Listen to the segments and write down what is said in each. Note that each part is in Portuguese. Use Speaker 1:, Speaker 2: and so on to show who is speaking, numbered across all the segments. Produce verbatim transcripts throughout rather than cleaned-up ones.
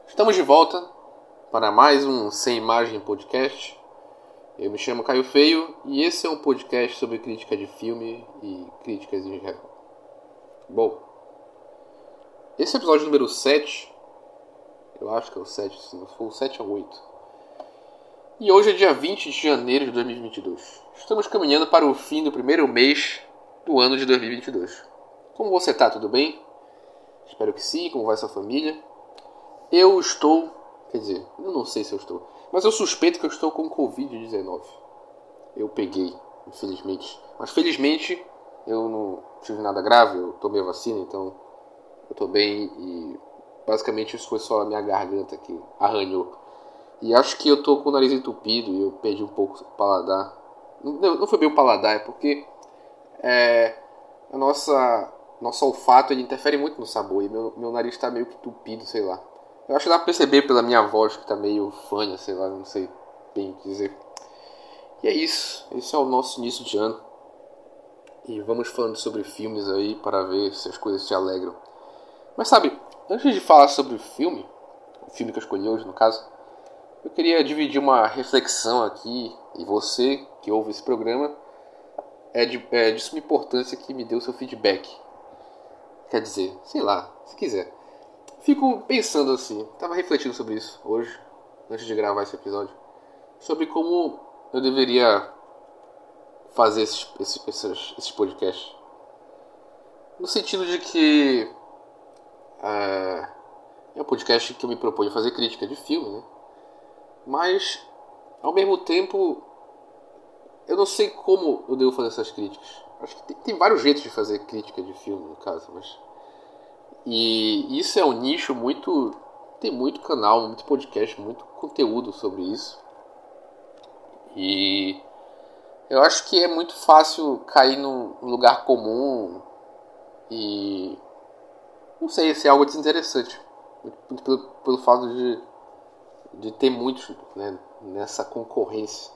Speaker 1: Estamos de volta para mais um Sem Imagem Podcast. Eu me chamo Caio Feio e esse é um podcast sobre crítica de filme e críticas em geral. Bom, esse é o episódio número sete. Eu acho que é o sete, se não for o sete é o oito. E hoje é dia vinte de janeiro de dois mil e vinte e dois. Estamos caminhando para o fim do primeiro mês do ano de dois mil e vinte e dois. Como você tá? Tudo bem? Espero que sim. Como vai sua família? Eu estou... Quer dizer, eu não sei se eu estou. Mas eu suspeito que eu estou com covid dezenove. Eu peguei, infelizmente. Mas felizmente eu não tive nada grave. Eu tomei a vacina, então eu estou bem. E basicamente isso foi só a minha garganta que arranhou. E acho que eu estou com o nariz entupido e eu perdi um pouco o paladar. Não, não foi bem o paladar, é porque é, a nossa, nosso olfato ele interfere muito no sabor. E meu, meu nariz está meio que entupido, sei lá. Eu acho que dá pra perceber pela minha voz que tá meio fanha, sei lá, não sei bem dizer. E é isso, esse é o nosso início de ano. E vamos falando sobre filmes aí para ver se as coisas te alegram. Mas sabe, antes de falar sobre o filme, o filme que eu escolhi hoje no caso, eu queria dividir uma reflexão aqui, e você que ouve esse programa, é de, é de suma importância que me dê o seu feedback. Quer dizer, sei lá, se quiser. Fico pensando assim, tava refletindo sobre isso hoje, antes de gravar esse episódio, sobre como eu deveria fazer esses, esses, esses, esses podcasts. No sentido de que é, é um podcast que eu me proponho fazer crítica de filme, né? Mas, ao mesmo tempo, eu não sei como eu devo fazer essas críticas. Acho que tem, tem vários jeitos de fazer crítica de filme, no caso, mas... E isso é um nicho muito... Tem muito canal, muito podcast, muito conteúdo sobre isso. E eu acho que é muito fácil cair num lugar comum e... Não sei, ser algo desinteressante. Muito pelo, pelo fato de, de ter muitos, né, nessa concorrência.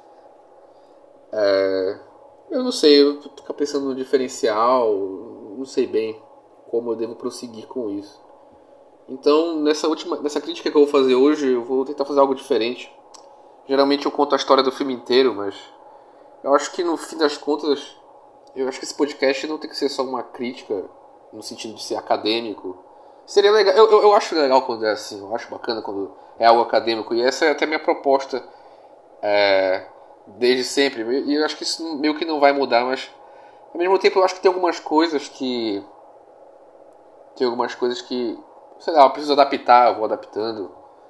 Speaker 1: É, eu não sei, eu tô ficar pensando no diferencial, não sei bem como eu devo prosseguir com isso. Então, nessa última, nessa crítica que eu vou fazer hoje, eu vou tentar fazer algo diferente. Geralmente eu conto a história do filme inteiro, mas eu acho que no fim das contas, eu acho que esse podcast não tem que ser só uma crítica no sentido de ser acadêmico. Seria legal, eu, eu, eu acho legal quando é assim, eu acho bacana quando é algo acadêmico, e essa é até a minha proposta é, desde sempre. E eu acho que isso meio que não vai mudar, mas ao mesmo tempo eu acho que tem algumas coisas que... Tem algumas coisas que... Sei lá, eu preciso adaptar, eu vou adaptando.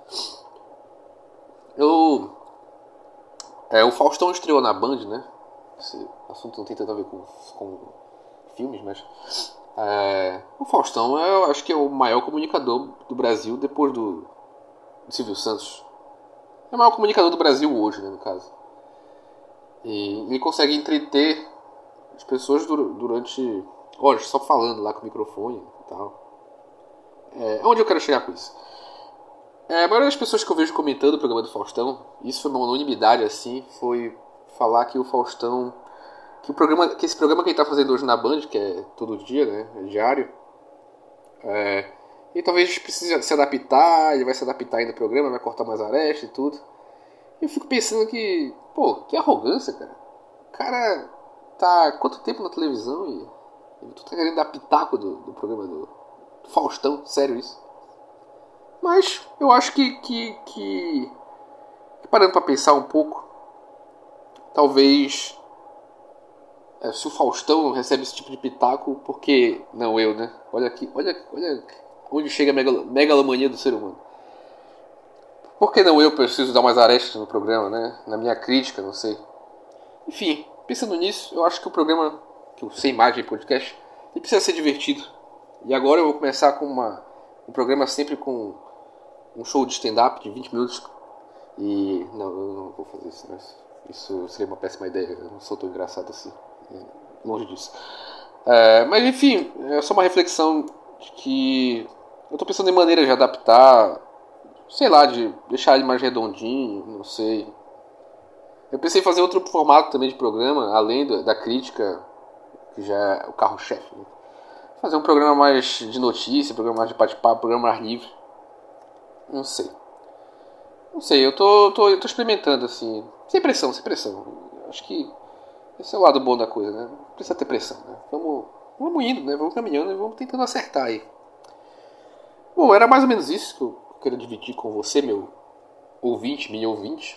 Speaker 1: Eu... É, o Faustão estreou na Band, né? Esse assunto não tem tanto a ver com, com filmes, mas... É, o Faustão, eu acho que é o maior comunicador do Brasil depois do, do Silvio Santos. É o maior comunicador do Brasil hoje, né, no caso. E ele consegue entreter as pessoas durante horas, só falando lá com o microfone e tal. É, onde eu quero chegar com isso? É, a maioria das pessoas que eu vejo comentando o programa do Faustão, isso foi uma unanimidade assim, foi falar que o Faustão, que o programa, que esse programa que ele está fazendo hoje na Band, que é todo dia, né, é diário, é, e talvez precise se adaptar, ele vai se adaptar ainda ao programa, vai cortar mais arestas e tudo. E eu fico pensando que, pô, que arrogância, cara. O cara tá há quanto tempo na televisão e, e tu tá querendo dar pitaco do, do programa do, do Faustão, sério isso? Mas eu acho que, que, que, que parando para pensar um pouco, talvez é, se o Faustão não recebe esse tipo de pitaco, por que não eu, né? Olha aqui, olha, olha onde chega a megalo, megalomania do ser humano. Por que não eu preciso dar mais arestas no programa, né? Na minha crítica, não sei. Enfim, pensando nisso, eu acho que o programa, que o Sem Imagem Podcast, ele precisa ser divertido. E agora eu vou começar com uma, um programa sempre com um show de stand-up de vinte minutos. E não, eu não vou fazer isso, mas isso seria uma péssima ideia. Eu não sou tão engraçado assim, longe disso. É, mas enfim, é só uma reflexão de que eu tô pensando em maneiras de adaptar, sei lá, de deixar ele mais redondinho, não sei. Eu pensei em fazer outro formato também de programa, além da, da crítica, que já é o carro-chefe, né? Fazer um programa mais de notícia, um programa mais de bate-papo, um programa mais livre. Não sei. Não sei, eu tô, tô, eu tô experimentando, assim. Sem pressão, sem pressão. Acho que esse é o lado bom da coisa, né? Não precisa ter pressão, né? Vamos, vamos indo, né? Vamos caminhando e vamos tentando acertar aí. Bom, era mais ou menos isso que eu queria dividir com você, meu ouvinte, minha ouvinte.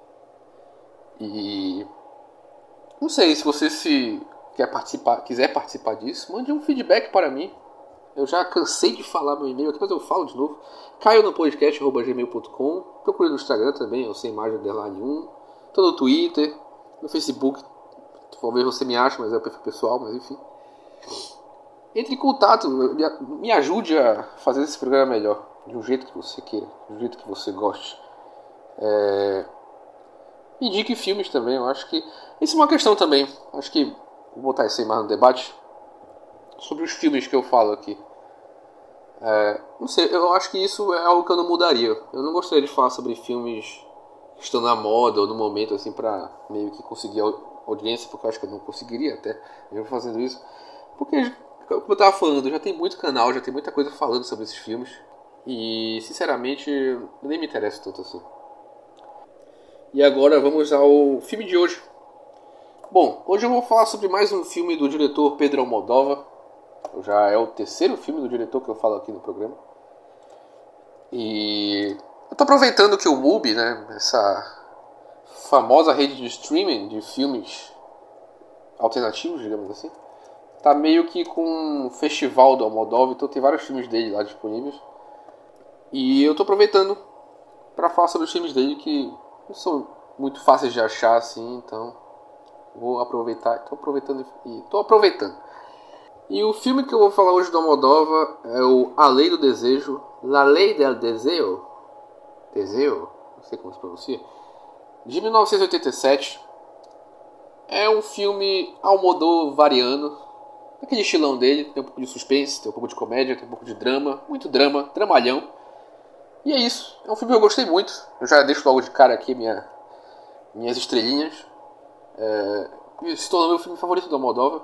Speaker 1: E não sei, se você se quer participar, quiser participar disso, mande um feedback para mim. Eu já cansei de falar meu e-mail aqui, mas eu falo de novo. Caio no podcast arroba gmail ponto com. Procure no Instagram também, eu sem imagem underline um. Tô no Twitter, no Facebook. Talvez você me ache, mas é o perfil pessoal, mas enfim. Entre em contato, me ajude a fazer esse programa melhor. De um jeito que você queira, de um jeito que você goste. É... Indique filmes também, eu acho que... Isso é uma questão também. Acho que vou botar isso aí mais no debate. Sobre os filmes que eu falo aqui. É, não sei, eu acho que isso é algo que eu não mudaria. Eu não gostaria de falar sobre filmes que estão na moda ou no momento, assim, pra meio que conseguir audiência, porque eu acho que eu não conseguiria até, eu fazendo isso. Porque, como eu tava falando, já tem muito canal, já tem muita coisa falando sobre esses filmes. E, sinceramente, nem me interessa tanto assim. E agora vamos ao filme de hoje. Bom, hoje eu vou falar sobre mais um filme do diretor Pedro Almodóvar. Já é o terceiro filme do diretor que eu falo aqui no programa. E eu tô aproveitando que o Mubi, né, essa famosa rede de streaming de filmes alternativos, digamos assim, tá meio que com um festival do Almodóvar, então tem vários filmes dele lá disponíveis. E eu tô aproveitando para falar sobre os filmes dele que não são muito fáceis de achar assim, então vou aproveitar, tô aproveitando e tô aproveitando. E o filme que eu vou falar hoje do Almodóvar é o A Lei do Desejo, La Ley del Deseo, Deseo, não sei como se pronuncia, de mil novecentos e oitenta e sete. É um filme almodovariano, aquele estilão dele, tem um pouco de suspense, tem um pouco de comédia, tem um pouco de drama, muito drama, dramalhão. E é isso, é um filme que eu gostei muito, eu já deixo logo de cara aqui minha, minhas estrelinhas. É, se tornou meu filme favorito do Almodóvar.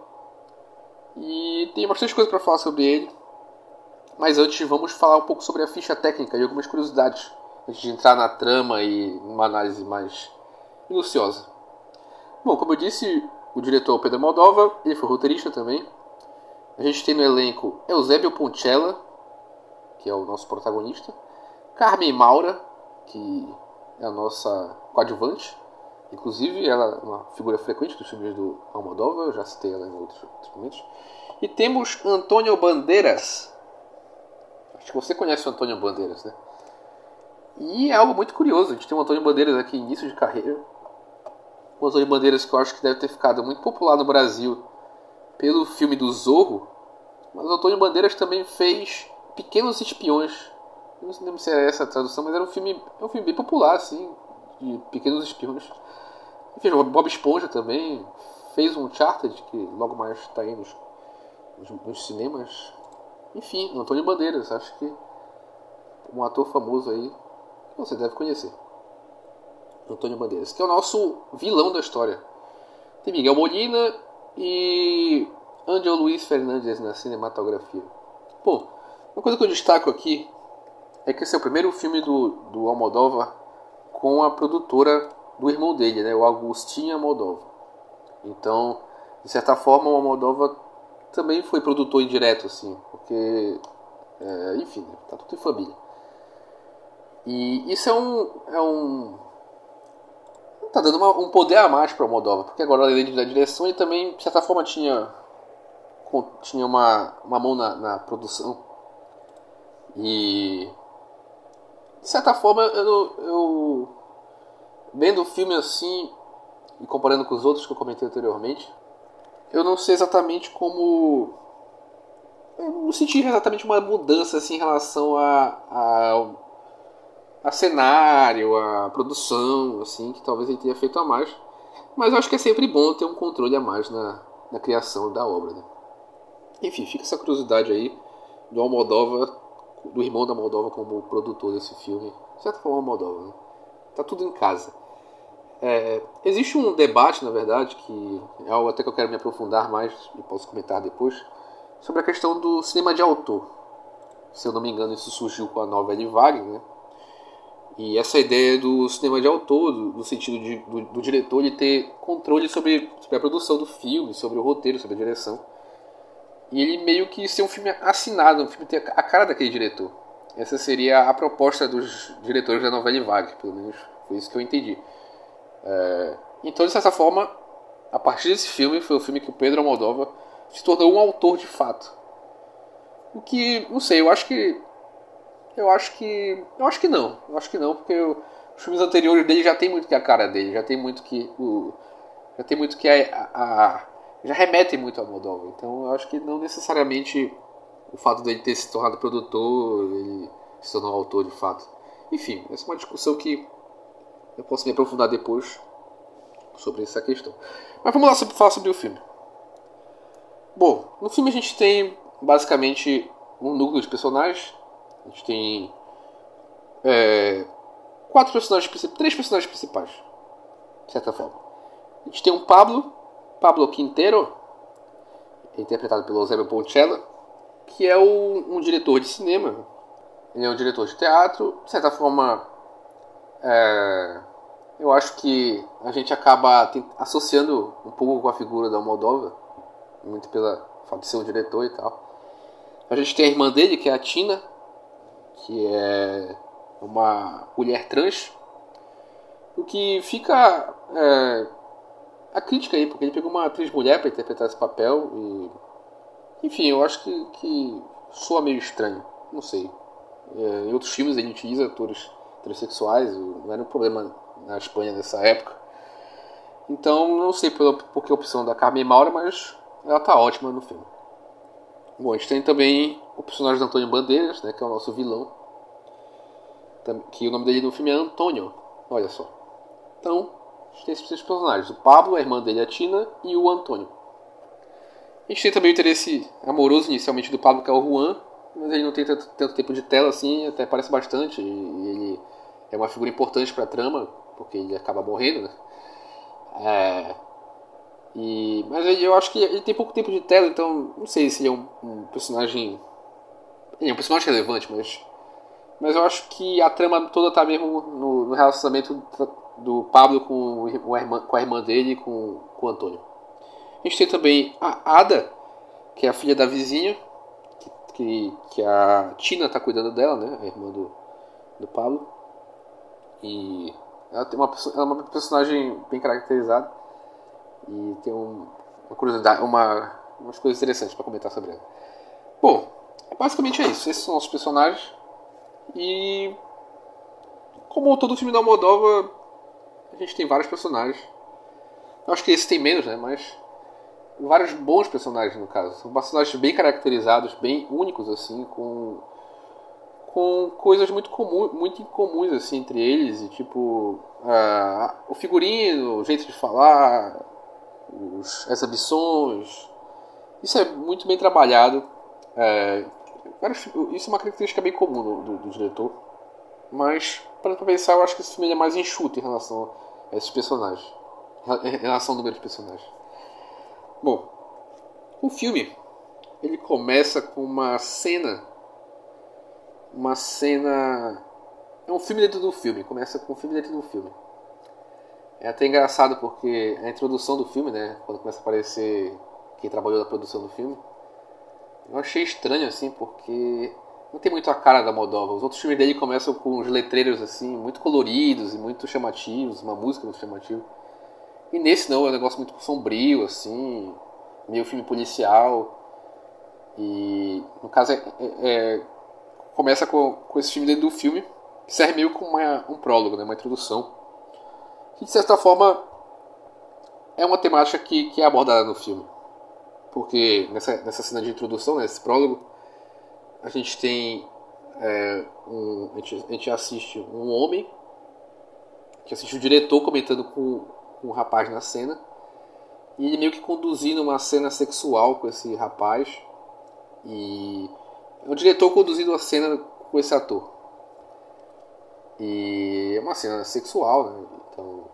Speaker 1: E tem bastante coisa para falar sobre ele. Mas antes vamos falar um pouco sobre a ficha técnica e algumas curiosidades, antes de entrar na trama e uma análise mais minuciosa. Bom, como eu disse, o diretor Pedro Almodóvar, ele foi roteirista também. A gente tem no elenco Eusébio Poncela, que é o nosso protagonista, Carmen Maura, que é a nossa coadjuvante. Inclusive, ela é uma figura frequente dos filmes do Almodóvar, eu já citei ela em outros, outros momentos. E temos Antônio Bandeiras. Acho que você conhece o Antônio Bandeiras, né? E é algo muito curioso, a gente tem o Antônio Bandeiras aqui, início de carreira. O Antônio Bandeiras que eu acho que deve ter ficado muito popular no Brasil pelo filme do Zorro. Mas o Antônio Bandeiras também fez Pequenos Espiões. Eu não lembro se é essa a tradução, mas era um filme, é um filme bem popular, assim, de Pequenos Espiões. Fez Bob Esponja também, fez um Uncharted, que logo mais está aí nos, nos, nos cinemas. Enfim, Antônio Bandeiras, acho que um ator famoso aí que você deve conhecer. Antônio Bandeiras, que é o nosso vilão da história. Tem Miguel Molina e Ángel Luiz Fernandes na cinematografia. Bom, uma coisa que eu destaco aqui é que esse é o primeiro filme do, do Almodóvar com a produtora do irmão dele, né, o Agustín Almodóvar. Então, de certa forma, o Almodóvar também foi produtor indireto, assim, porque, é, enfim, né, tá tudo em família. E isso é um, é um, tá dando uma, um poder a mais para o Almodóvar, porque agora além da direção ele também, de certa forma, tinha, tinha uma, uma mão na, na produção. E, de certa forma, eu, eu vendo o filme assim, e comparando com os outros que eu comentei anteriormente, eu não sei exatamente como... Eu não senti exatamente uma mudança assim, em relação a, a, a cenário, a produção, assim, que talvez ele tenha feito a mais. Mas eu acho que é sempre bom ter um controle a mais na, na criação da obra, né? Enfim, fica essa curiosidade aí do Almodóvar, do irmão da Almodóvar como produtor desse filme. De certa forma, Almodóvar, né? Tá tudo em casa. É, existe um debate, na verdade, que é algo até que eu quero me aprofundar mais, e posso comentar depois, sobre a questão do cinema de autor. Se eu não me engano, isso surgiu com a novela Wagner, né? E essa ideia do cinema de autor, do, do sentido de, do, do diretor ele ter controle sobre, sobre a produção do filme, sobre o roteiro, sobre a direção. E ele meio que ser um filme assinado, um filme ter a cara daquele diretor. Essa seria a proposta dos diretores da Nouvelle Vague, pelo menos foi isso que eu entendi. É, então, de certa forma, a partir desse filme, foi o filme que o Pedro Almodóvar se tornou um autor de fato. O que, não sei, eu acho que Eu acho que. Eu acho que não. Eu acho que não, porque eu, os filmes anteriores dele já tem muito que a cara dele, já tem muito que. O, já tem muito que a, a, a. Já remetem muito ao Moldova. Então eu acho que não necessariamente o fato dele ter se tornado produtor, ele se tornou autor de fato. Enfim, essa é uma discussão que eu posso me aprofundar depois sobre essa questão. Mas vamos lá sobre, falar sobre o filme. Bom, no filme a gente tem basicamente um núcleo de personagens. A gente tem é, quatro personagens principais, três personagens principais, de certa forma. A gente tem um Pablo, Pablo Quintero, interpretado pelo Eusébio Ponchella, que é um, um diretor de cinema. Ele é um diretor de teatro. De certa forma, é, eu acho que a gente acaba associando um pouco com a figura da Almodóvar, muito pela fato de ser um diretor e tal. A gente tem a irmã dele, que é a Tina, que é uma mulher trans, o que fica é, a crítica aí, porque ele pegou uma atriz mulher para interpretar esse papel e, enfim, eu acho que, que soa meio estranho, não sei. É, em outros filmes ele utiliza atores transexuais, não era um problema na Espanha nessa época, então não sei por, por que a opção da Carmen Maura, mas ela tá ótima no filme. Bom, a gente tem também o personagem do Antônio Bandeiras, né, que é o nosso vilão. Que o nome dele no filme é Antônio. Olha só. Então, a gente tem esses três personagens. O Pablo, a irmã dele, a Tina, e o Antônio. A gente tem também o interesse amoroso inicialmente do Pablo, que é o Juan. Mas ele não tem tanto, tanto tempo de tela assim, até parece bastante. E ele é uma figura importante para a trama, porque ele acaba morrendo, né? É... E, mas eu acho que ele tem pouco tempo de tela, então não sei se ele é um, um personagem. Ele é um personagem relevante, mas. Mas eu acho que a trama toda tá mesmo no, no relacionamento do Pablo com, o irmã, com a irmã dele e com, com o Antônio. A gente tem também a Ada, que é a filha da vizinha, que, que, que a Tina tá cuidando dela, né? A irmã do, do Pablo. E ela, tem uma, ela é uma personagem bem caracterizada. E tem um, uma curiosidade, uma, umas coisas interessantes para comentar sobre ela. Bom, basicamente é isso. Esses são os personagens. E como todo filme da Almodóvar, a gente tem vários personagens. Eu acho que esse tem menos, né? Mas vários bons personagens no caso. São personagens bem caracterizados, bem únicos assim, com com coisas muito comuns, muito incomuns assim entre eles, e tipo uh, o figurino, o jeito de falar, os, as ambições. Isso é muito bem trabalhado. É, isso é uma característica bem comum do, do, do diretor. Mas, para pensar, eu acho que esse filme é mais enxuto em relação a esses personagens. Em relação ao número de personagens. Bom, o filme ele começa com uma cena. Uma cena. É um filme dentro do filme. Começa com um filme dentro do filme. É até engraçado porque a introdução do filme, né? Quando começa a aparecer quem trabalhou na produção do filme, eu achei estranho assim, porque não tem muito a cara da Almodóvar. Os outros filmes dele começam com os letreiros assim, muito coloridos e muito chamativos, uma música muito chamativa. E nesse não, é um negócio muito sombrio, assim, meio filme policial. E no caso é, é, é, começa com, com esse filme dentro do filme, que serve meio como uma, um prólogo, né, uma introdução. Que de certa forma é uma temática que, que é abordada no filme. Porque nessa, nessa cena de introdução, nesse prólogo, a gente tem é, um, a, gente, a gente assiste um homem, que assiste o diretor comentando com, com um rapaz na cena, e ele meio que conduzindo uma cena sexual com esse rapaz, e é o diretor conduzindo a cena com esse ator. E é uma cena sexual, né? Então,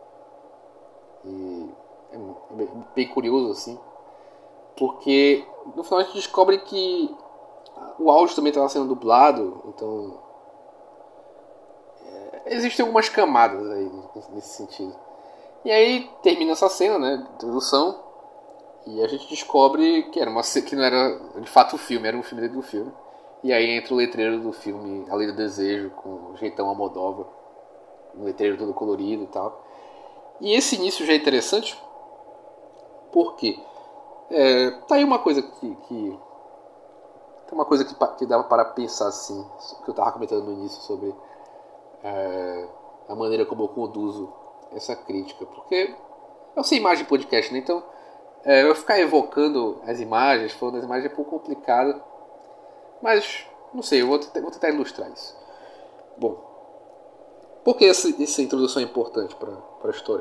Speaker 1: e é bem curioso assim, porque no final a gente descobre que o áudio também estava sendo dublado, então existem algumas camadas aí nesse sentido. E aí termina essa cena, né, introdução, e a gente descobre que, era uma, que não era de fato o filme, era um filme dentro do filme. E aí entra o letreiro do filme A Lei do Desejo, com o jeitão Almodóvar, um letreiro todo colorido e tal. E esse início já é interessante, porque é, tá aí uma coisa que, que tem uma coisa que, que dava para pensar assim, que eu estava comentando no início sobre é, a maneira como eu conduzo essa crítica, porque eu sei imagem de podcast, né? Então é, eu ficar evocando as imagens, falando das imagens é um pouco complicado, mas não sei, eu vou tentar, vou tentar ilustrar isso. Bom, por que essa, essa introdução é importante para a história?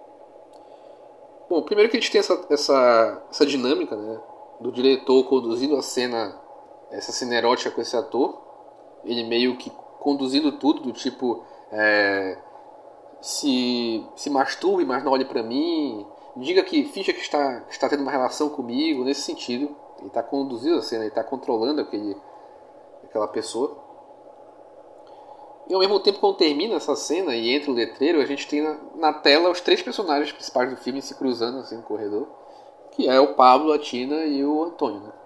Speaker 1: Bom, primeiro que a gente tem essa, essa, essa dinâmica, né, do diretor conduzindo a cena, essa cena erótica com esse ator, ele meio que conduzindo tudo, do tipo, é, se, se masturbe, mas não olhe pra mim, diga que, finja que está, que está tendo uma relação comigo, nesse sentido. Ele está conduzindo a cena, ele está controlando aquele, aquela pessoa. E ao mesmo tempo, quando termina essa cena e entra o letreiro, a gente tem na, na tela os três personagens principais do filme se cruzando assim no corredor, que é o Pablo, a Tina e o Antônio, né?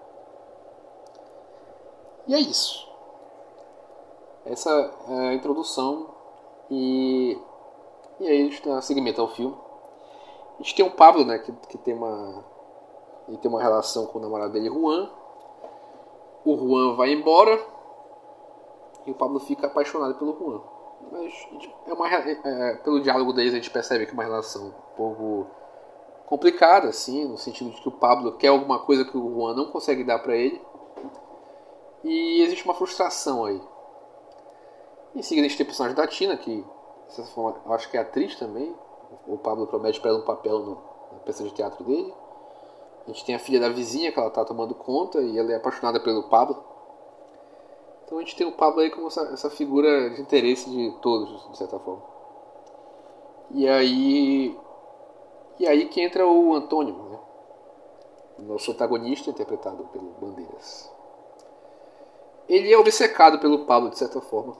Speaker 1: E é isso. Essa é a introdução e, e aí a gente dá seguimento ao filme. A gente tem o Pablo, né, que, que tem uma ele tem uma relação com o namorado dele, Juan. O Juan vai embora e o Pablo fica apaixonado pelo Juan. Mas é uma, é, pelo diálogo deles a gente percebe que é uma relação um pouco complicada, assim, no sentido de que o Pablo quer alguma coisa que o Juan não consegue dar pra ele. E existe uma frustração aí. Em seguida a gente tem o personagem da Tina, que eu acho que é atriz também. O Pablo promete pra ela um papel no, na peça de teatro dele. A gente tem a filha da vizinha que ela tá tomando conta e ela é apaixonada pelo Pablo. Então a gente tem o Pablo aí como essa, essa figura de interesse de todos, de certa forma. E aí... E aí que entra o Antônio, né? O nosso protagonista, interpretado pelo Bandeiras. Ele é obcecado pelo Pablo, de certa forma.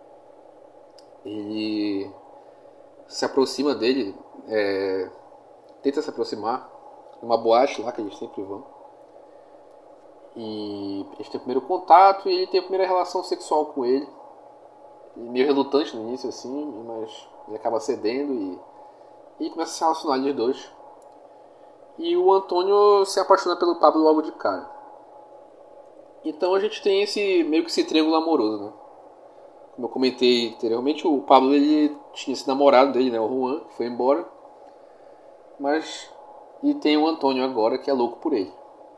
Speaker 1: Ele se aproxima dele, é, tenta se aproximar, numa boate lá que eles sempre vão. E eles têm o primeiro contato e ele tem a primeira relação sexual com ele. Meio relutante no início, assim, mas ele acaba cedendo e, e começa a se relacionar eles dois. E o Antônio se apaixona pelo Pablo logo de cara. Então a gente tem esse meio que esse triângulo amoroso, né? Como eu comentei anteriormente, o Pablo ele tinha esse namorado dele, né, o Juan, que foi embora. Mas e tem o Antônio agora, que é louco por ele.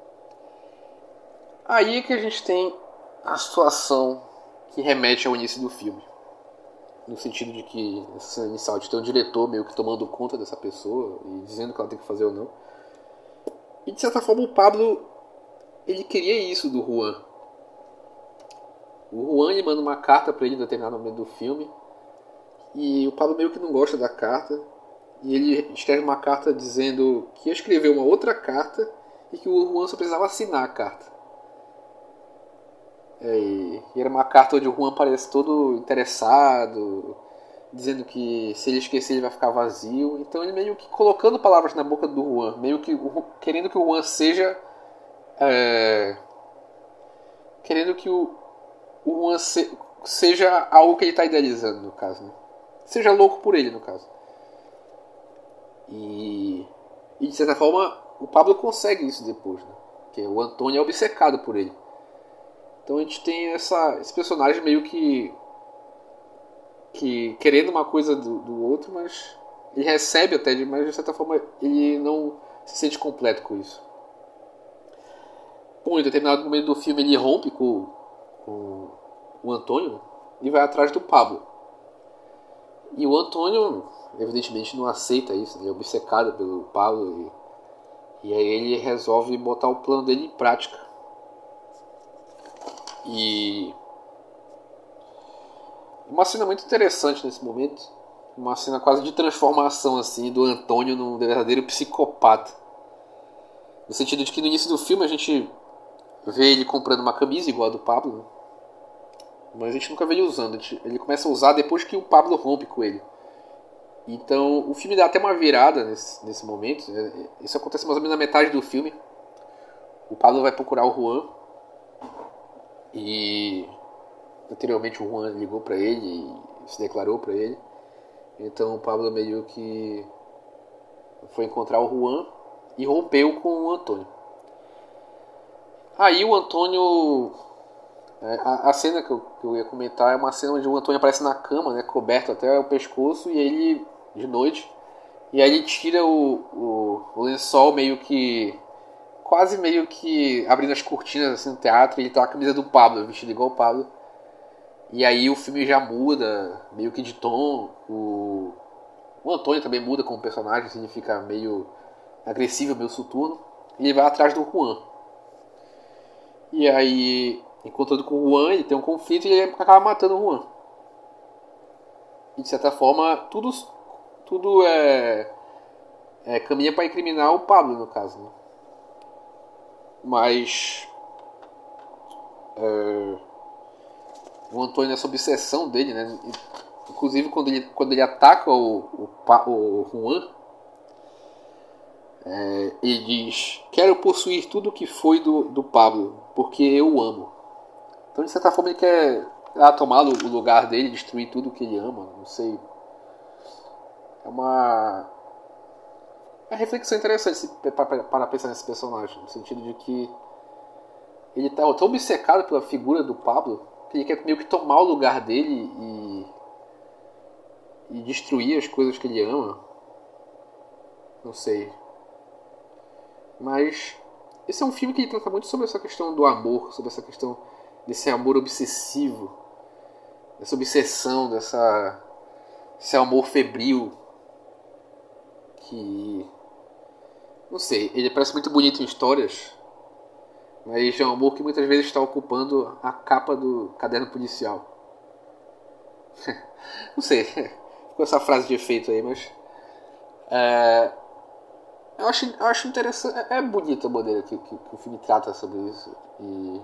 Speaker 1: Aí é que a gente tem a situação que remete ao início do filme. No sentido de que, nessa cena inicial, a gente tem um diretor meio que tomando conta dessa pessoa e dizendo o que ela tem que fazer ou não. E de certa forma o Pablo, ele queria isso do Juan. O Juan ele manda uma carta pra ele em determinado momento do filme. E o Pablo meio que não gosta da carta. E ele escreve uma carta dizendo que ia escrever uma outra carta e que o Juan só precisava assinar a carta. É, e era uma carta onde o Juan parece todo interessado, dizendo que se ele esquecer ele vai ficar vazio. Então ele meio que colocando palavras na boca do Juan, meio que querendo que o Juan seja... É, querendo que o, o Juan se, seja algo que ele está idealizando, no caso, né? Seja louco por ele, no caso. E, e de certa forma o Pablo consegue isso depois, né? Porque o Antônio é obcecado por ele. Então a gente tem essa, esse personagem meio que, que querendo uma coisa do, do outro, mas ele recebe até, mas de certa forma ele não se sente completo com isso. Bom, em determinado momento do filme ele rompe com, com o Antônio e vai atrás do Pablo. E o Antônio, evidentemente, não aceita isso, ele é obcecado pelo Pablo e, e aí ele resolve botar o plano dele em prática. E uma cena muito interessante nesse momento, uma cena quase de transformação assim do Antônio num verdadeiro psicopata, no sentido de que no início do filme a gente vê ele comprando uma camisa igual a do Pablo, mas a gente nunca vê ele usando. Ele começa a usar depois que o Pablo rompe com ele. Então o filme dá até uma virada nesse, nesse momento. Isso acontece mais ou menos na metade do filme. O Pablo vai procurar o Juan. E anteriormente o Juan ligou pra ele e se declarou pra ele. Então o Pablo meio que foi encontrar o Juan e rompeu com o Antônio. Aí o Antônio... A, a cena que eu, que eu ia comentar é uma cena onde o Antônio aparece na cama, né, coberto até o pescoço, e ele, de noite, e aí ele tira o, o, o lençol meio que... Quase meio que abrindo as cortinas assim, no teatro, e ele tá com a camisa do Pablo, vestido igual o Pablo. E aí o filme já muda, meio que de tom. O, o Antônio também muda como personagem, assim, ele fica meio agressivo, meio soturno. E ele vai atrás do Juan. E aí, encontrando com o Juan, ele tem um conflito e ele acaba matando o Juan. E de certa forma, tudo, tudo é, é caminha para incriminar o Pablo, no caso, né? Mas é, o Antônio, essa obsessão dele, né? Inclusive quando ele, quando ele ataca o, o, o Juan, é, ele diz: quero possuir tudo que foi do, do Pablo, porque eu o amo. Então de certa forma ele quer ah, tomar o lugar dele, destruir tudo que ele ama. Não sei. É uma, uma reflexão interessante para pensar nesse personagem, no sentido de que ele está tão obcecado pela figura do Pablo que ele quer meio que tomar o lugar dele e, e destruir as coisas que ele ama. Não sei. Mas esse é um filme que ele trata muito sobre essa questão do amor, sobre essa questão desse amor obsessivo, dessa obsessão, dessa, esse amor febril que, não sei, ele parece muito bonito em histórias, mas é um amor que muitas vezes está ocupando a capa do caderno policial. Não sei, ficou essa frase de efeito aí, mas é, eu, acho, eu acho interessante, é, é bonita a maneira que, que, que o filme trata sobre isso. E,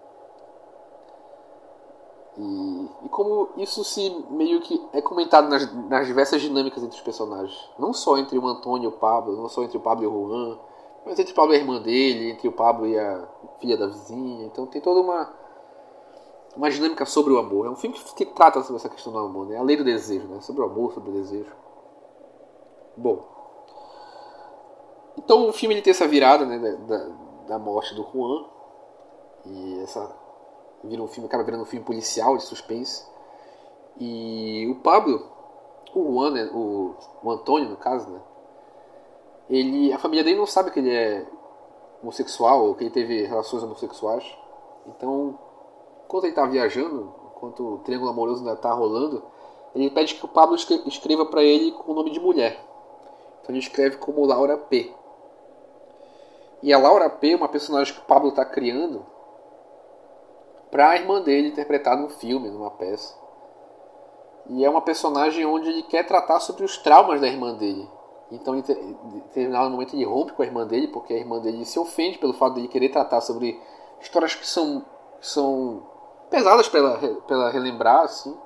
Speaker 1: e, e como isso se meio que é comentado nas, nas diversas dinâmicas entre os personagens. Não só entre o Antônio e o Pablo, não só entre o Pablo e o Juan, mas entre o Pablo e a irmã dele, entre o Pablo e a filha da vizinha. Então tem toda uma, uma dinâmica sobre o amor. É um filme que, que trata sobre essa questão do amor, né? A lei do desejo, né? Sobre o amor, sobre o desejo. Bom, então o filme ele tem essa virada, né, da, da morte do Juan. E essa vira um filme, acaba virando um filme policial de suspense. E o Pablo, o Juan, né, o, o Antônio no caso, né, ele, a família dele não sabe que ele é homossexual ou que ele teve relações homossexuais. Então, enquanto ele está viajando, enquanto o triângulo amoroso ainda está rolando, ele pede que o Pablo escreva para ele com o nome de mulher. Então ele escreve como Laura P. E a Laura P é uma personagem que o Pablo está criando para a irmã dele interpretar num filme, numa peça. E é uma personagem onde ele quer tratar sobre os traumas da irmã dele. Então, em determinado momento, ele rompe com a irmã dele, porque a irmã dele se ofende pelo fato de ele querer tratar sobre histórias que são, que são pesadas para ela, pra ela relembrar, assim.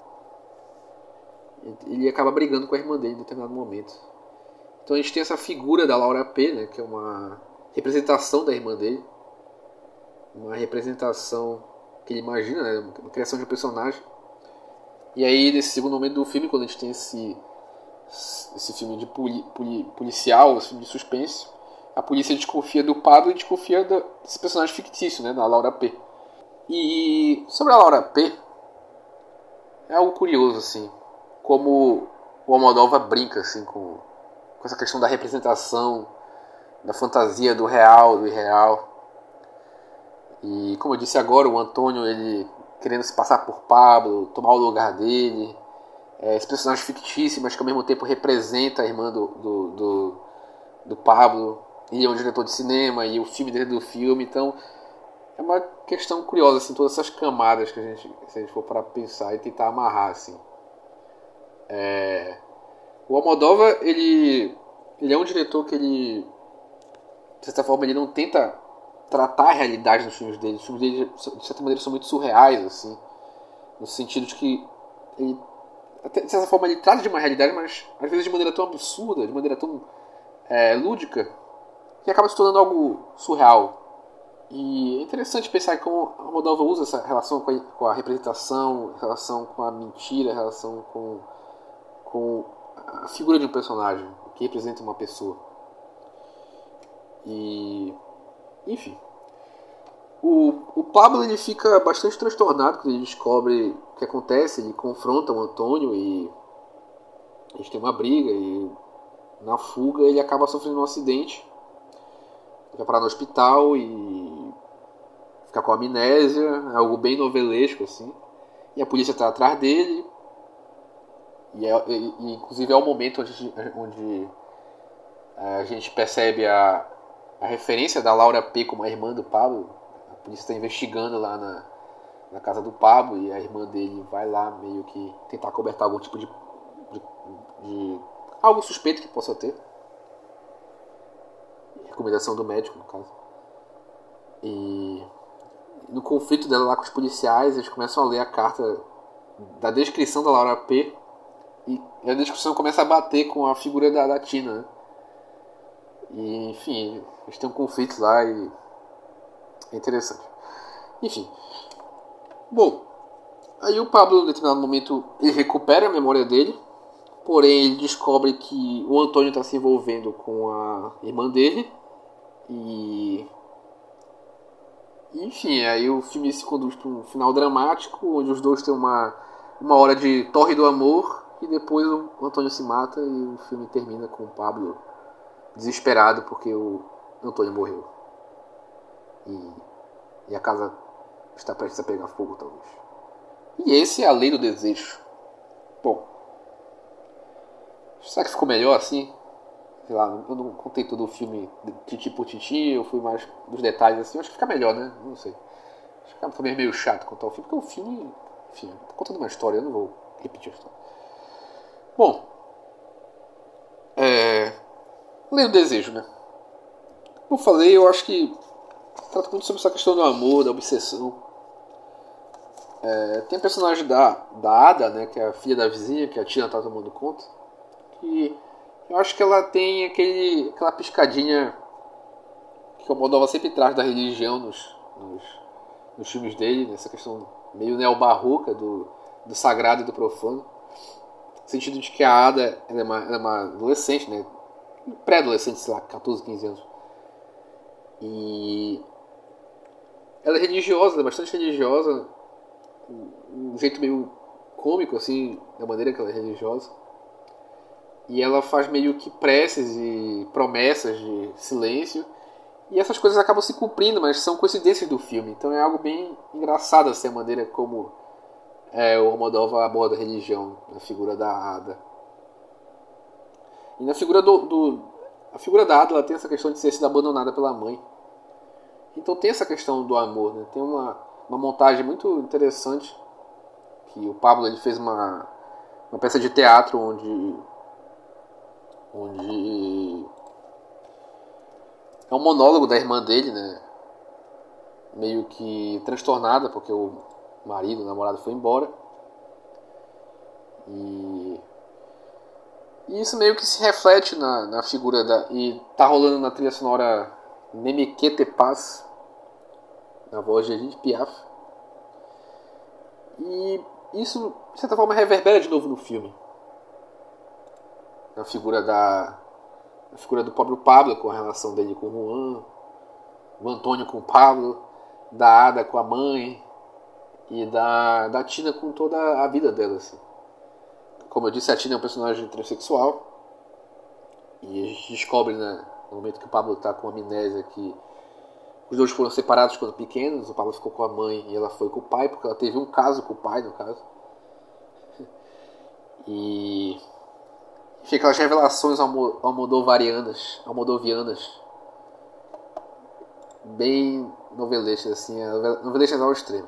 Speaker 1: Ele acaba brigando com a irmã dele em determinado momento. Então a gente tem essa figura da Laura P, né, que é uma representação da irmã dele. Uma representação que ele imagina, né, uma criação de um personagem. E aí, nesse segundo momento do filme, quando a gente tem esse, esse filme de poli, poli, policial, esse filme de suspense, a polícia desconfia do Pablo e desconfia desse personagem fictício, né, da Laura P. E sobre a Laura P, é algo curioso, assim, como o Almodóvar brinca assim, com, com essa questão da representação, da fantasia do real, do irreal. E como eu disse agora, o Antônio, ele querendo se passar por Pablo, tomar o lugar dele, é, esse personagem fictício, mas que ao mesmo tempo representa a irmã do, do, do, do Pablo. Ele é um diretor de cinema e o filme dentro do filme, então é uma questão curiosa, assim, todas essas camadas que a gente, se a gente for para pensar e tentar amarrar, assim. É... O Almodóvar, ele, ele é um diretor que ele, de certa forma, ele não tenta tratar a realidade nos filmes dele. Os filmes dele, de certa maneira, são muito surreais, assim. no sentido de que ele, até, de certa forma, ele trata de uma realidade, mas às vezes de maneira tão absurda, de maneira tão é, lúdica, que acaba se tornando algo surreal. E é interessante pensar como a Moldova usa essa relação com a, com a representação, relação com a mentira, relação com, com a figura de um personagem, que representa uma pessoa. E, enfim, o, o Pablo ele fica bastante transtornado quando ele descobre o que acontece. Ele confronta o Antônio e eles têm uma briga, e na fuga ele acaba sofrendo um acidente, vai parar no hospital e fica com amnésia, é algo bem novelesco assim, e a polícia está atrás dele, e, é, e, e inclusive é o momento onde, onde a gente percebe a, a referência da Laura P como a irmã do Pablo. A polícia está investigando lá na, na casa do Pablo, e a irmã dele vai lá meio que tentar cobertar algum tipo de, de, de algo suspeito que possa ter. Recomendação do médico, no caso. E no conflito dela lá com os policiais, eles começam a ler a carta da descrição da Laura P. E a descrição começa a bater com a figura da, da Tina, né? E, enfim, eles têm um conflito lá e é interessante. Enfim. Bom, aí o Pablo, em determinado momento, ele recupera a memória dele, porém ele descobre que o Antônio está se envolvendo com a irmã dele. E enfim, aí o filme se conduz para um final dramático, onde os dois têm uma, uma hora de torre do amor, e depois o Antônio se mata e o filme termina com o Pablo desesperado porque o Antônio morreu. E, e a casa está prestes a pegar fogo, talvez. E esse é a lei do desejo. Bom, será que ficou melhor assim? Sei lá, eu não contei todo o filme titi por titi, eu fui mais dos detalhes assim. Eu acho que fica melhor, né? Não sei. Acho que também é meio chato contar o filme, porque o filme, enfim, tô contando uma história, eu não vou repetir a história. Bom, é. Lei do desejo, né? Como eu falei, eu acho que trata muito sobre essa questão do amor, da obsessão. É, tem a personagem da, da Ada, né? Que é a filha da vizinha, que a Tina tá tomando conta. Que eu acho que ela tem aquele, aquela piscadinha que o Moldova sempre traz da religião nos, nos, nos filmes dele, nessa questão meio neobarroca do, do sagrado e do profano. No sentido de que a Ada ela é, uma, ela é uma adolescente, né? Pré-adolescente, sei lá, catorze, quinze anos. E ela é religiosa, ela é bastante religiosa, um jeito meio cômico, assim, da maneira que ela é religiosa. E ela faz meio que preces e promessas de silêncio. E essas coisas acabam se cumprindo, mas são coincidências do filme. Então é algo bem engraçado assim, a maneira como é, o Almodóvar aborda a religião na figura da Ada. E na figura do, do a figura da Ada, ela tem essa questão de ter sido abandonada pela mãe. Então tem essa questão do amor, né? Tem uma, uma montagem muito interessante que o Pablo ele fez uma, uma peça de teatro onde onde é um monólogo da irmã dele, né? Meio que transtornada porque o marido, o namorado foi embora. E, e isso meio que se reflete na, na figura da... E tá rolando na trilha sonora Ne me quitte pas, na voz de Edith Piaf. E isso, de certa forma, reverbera de novo no filme. Na figura da... A figura do próprio Pablo, com a relação dele com o Juan, o Antônio com o Pablo, da Ada com a mãe e da, da Tina com toda a vida dela. Assim. Como eu disse, a Tina é um personagem transexual e a gente descobre, né, no momento que o Pablo está com amnésia, que os dois foram separados quando pequenos. O Pablo ficou com a mãe e ela foi com o pai, porque ela teve um caso com o pai, no caso. E... Fica aquelas revelações almodovarianas, almodovianas, bem novelescas, assim, novelescas ao extremo.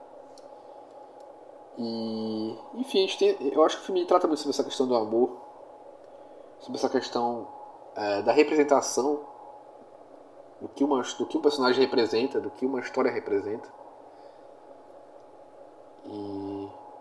Speaker 1: E, enfim, a gente tem, eu acho que o filme trata muito sobre essa questão do amor, sobre essa questão é, da representação, do que, uma, do que um personagem representa, do que uma história representa. E,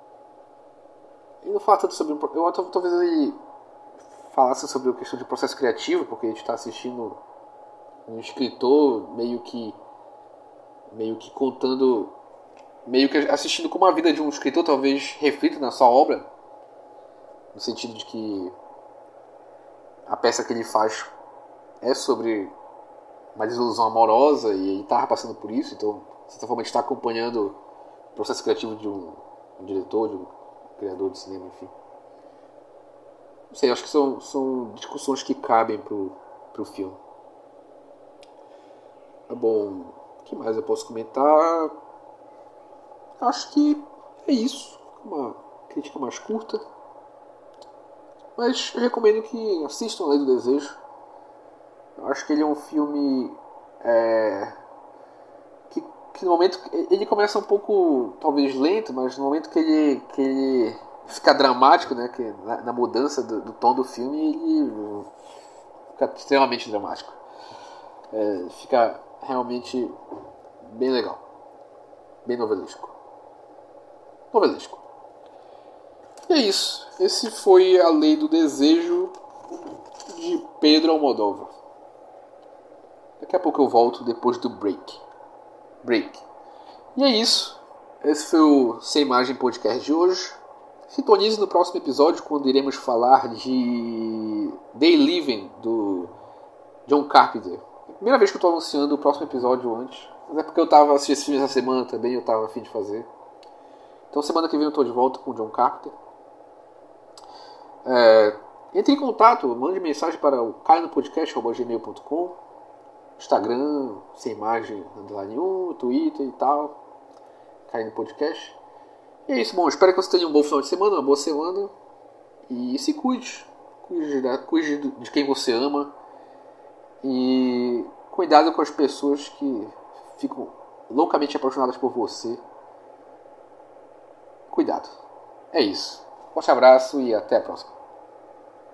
Speaker 1: ele não fala tanto sobre... Eu talvez ele falasse sobre a questão de processo criativo, porque a gente está assistindo um escritor meio que meio que contando, meio que assistindo como a vida de um escritor talvez reflita na sua obra, no sentido de que a peça que ele faz é sobre uma desilusão amorosa e ele estava passando por isso, então de certa forma a gente está acompanhando o processo criativo de um, um diretor, de um criador de cinema, enfim. Não sei, acho que são, são discussões que cabem pro, pro filme. Tá bom, o que mais eu posso comentar? Acho que é isso. Uma crítica mais curta. Mas eu recomendo que assistam A Lei do Desejo. Eu acho que ele é um filme é, que, que no momento ele começa um pouco talvez lento, mas no momento que ele, que ele fica dramático, né, que na, na mudança do, do tom do filme, ele fica extremamente dramático. É, fica realmente bem legal, bem novelesco. Novelesco. E é isso. Esse foi A Lei do Desejo de Pedro Almodóvar. Daqui a pouco eu volto depois do break. Break. E é isso. Esse foi o Sem Imagem Podcast de hoje. Sintonize no próximo episódio quando iremos falar de Day Living do John Carpenter. É a primeira vez que eu estou anunciando o próximo episódio antes. Mas é porque eu estava assistindo esse filme essa semana também, eu estava a fim de fazer. Então semana que vem eu estou de volta com o John Carpenter. É, entre em contato, mande mensagem para o caio no podcast arroba gmail ponto com, Instagram, Sem Imagem, underline um, Twitter e tal, Caio no podcast. E é isso, bom, espero que você tenha um bom final de semana, uma boa semana. E se cuide, cuide, da, cuide de quem você ama. E cuidado com as pessoas que ficam loucamente apaixonadas por você. Cuidado. É isso. Forte abraço e até a próxima.